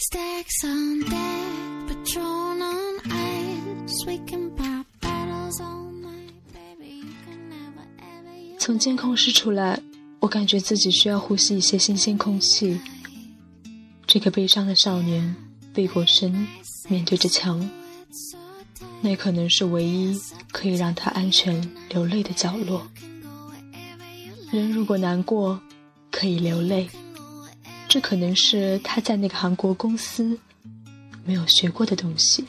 Stacks on deck, Patron on ice. We can pop bottles all night, baby. You can never ever. 从监控室出来，我感觉自己需要呼吸一些新鲜空气。这个悲伤的少年背过身，面对着墙，那可能是唯一可以让他安全流泪的角落。人如果难过，可以流泪，这可能是他在那个韩国公司没有学过的东西。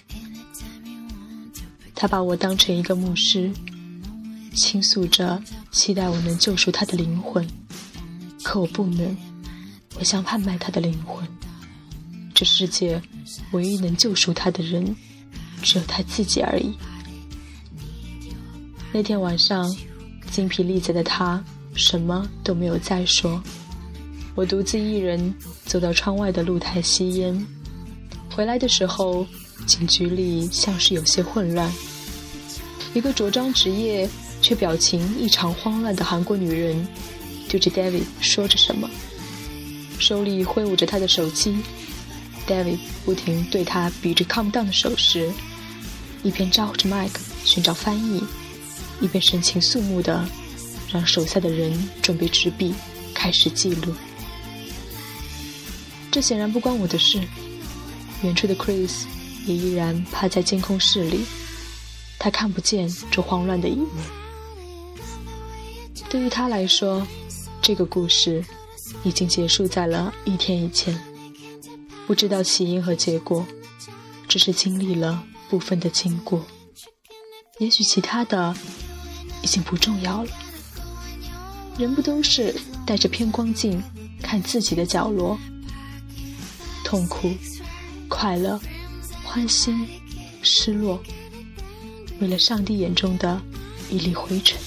他把我当成一个牧师，倾诉着期待我能救赎他的灵魂，可我不能，我想贩卖他的灵魂。这世界唯一能救赎他的人只有他自己而已。那天晚上，精疲力竭的他什么都没有再说。我独自一人走到窗外的露台吸烟。回来的时候，警局里像是有些混乱。一个着装职业却表情异常慌乱的韩国女人对着 David 说着什么，手里挥舞着他的手机。David 不停对他比着 calm down 的手势，一边照着麦克寻找翻译，一边神情肃穆地让手下的人准备纸笔开始记录。这显然不关我的事。远处的 Chris 也依然趴在监控室里，他看不见这慌乱的一幕。对于他来说，这个故事已经结束在了1天以前。不知道起因和结果，只是经历了部分的经过。也许其他的已经不重要了。人不都是带着偏光镜看自己的角落？痛苦、快乐、欢欣、失落，为了上帝眼中的一粒灰尘。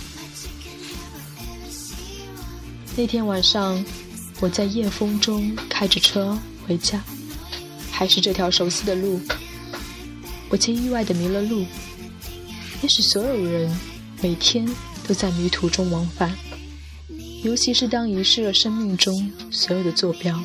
那天晚上，我在夜风中开着车回家，还是这条熟悉的路。我却意外地迷了路。也许所有人每天都在迷途中往返，尤其是当遗失了生命中所有的坐标。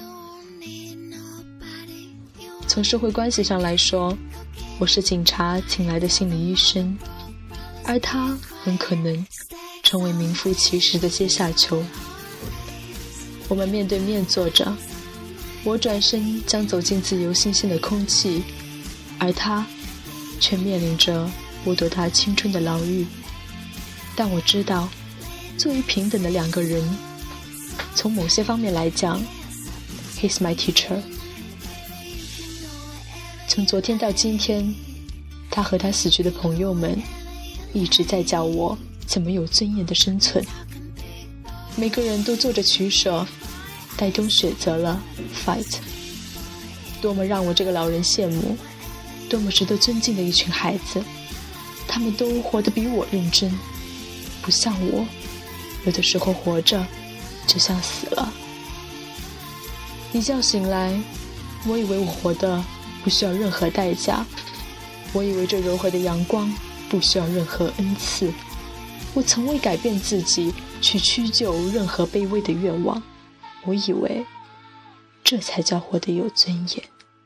从社会关系上来说，我是警察请来的心理医生，而他很可能成为名副其实的阶下囚。我们面对面坐着，我转身将走进自由新鲜的空气，而他却面临着剥夺他青春的牢狱。但我知道，作为平等的两个人，从某些方面来讲 He's my teacher。 从昨天到今天，他和他死去的朋友们一直在教我怎么有尊严的生存。每个人都做着取舍，最终选择了 fight。 多么让我这个老人羡慕，多么值得尊敬的一群孩子，他们都活得比我认真，不像我，有的时候活着就像死了。一觉醒来，我以为我活得不需要任何代价，我以为这柔和的阳光不需要任何恩赐，我从未改变自己去屈就任何卑微的愿望，我以为这才叫活得有尊严。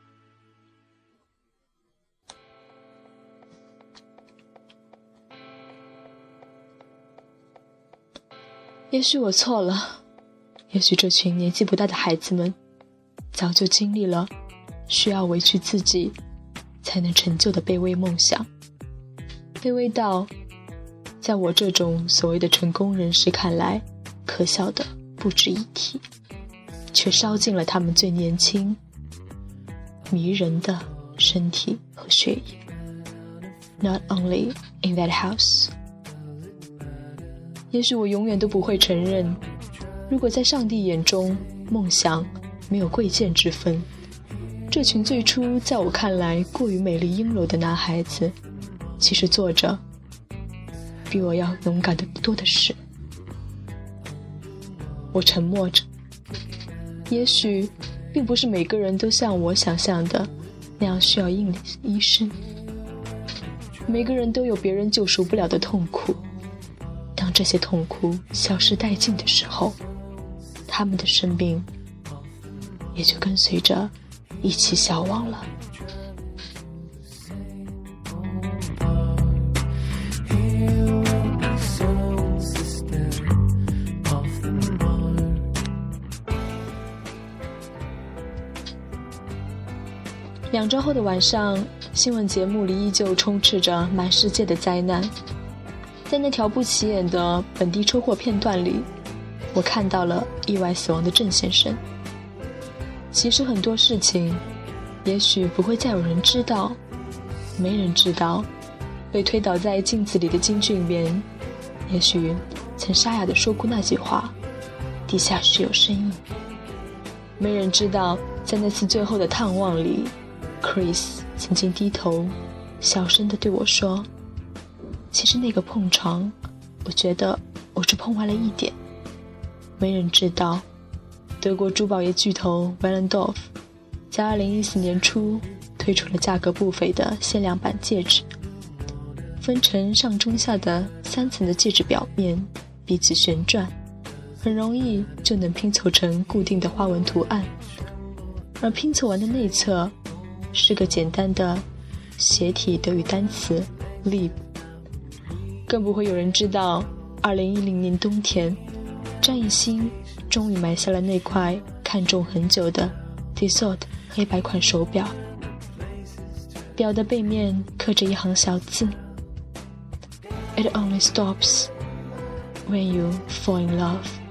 也许我错了，也许这群年纪不大的孩子们早就经历了需要委屈自己才能成就的卑微梦想，卑微到在我这种所谓的成功人士看来可笑的不值一提，却烧尽了他们最年轻迷人的身体和血液。 Not only in that house。 也许我永远都不会承认，如果在上帝眼中梦想没有贵贱之分，这群最初在我看来过于美丽阴柔的男孩子，其实做着比我要勇敢得多的事。我沉默着，也许并不是每个人都像我想象的那样需要医生，每个人都有别人救赎不了的痛苦。当这些痛苦消失殆尽的时候，他们的生命也就跟随着一起消亡了。2周后的晚上，新闻节目里依旧充斥着满世界的灾难。在那条不起眼的本地车祸片段里，我看到了意外死亡的郑先生。其实很多事情也许不会再有人知道，没人知道被推倒在镜子里的金俊元也许曾沙哑地说过那句话，地下室有声音。没人知道在那次最后的探望里， Chris 曾经低头小声地对我说，其实那个碰撞我觉得我只碰坏了一点。没人知道德国珠宝业巨头 Wellendorf 在2014年初推出了价格不菲的限量版戒指，分成上中下的3层的戒指表面彼此旋转，很容易就能拼凑成固定的花纹图案，而拼凑完的内侧是个简单的斜体德语单词 Lieb。 更不会有人知道2010年冬天，张艺兴终于买下了那块看中很久的 Tissot 黑白款手表，表的背面刻着一行小字， It only stops when you fall in love。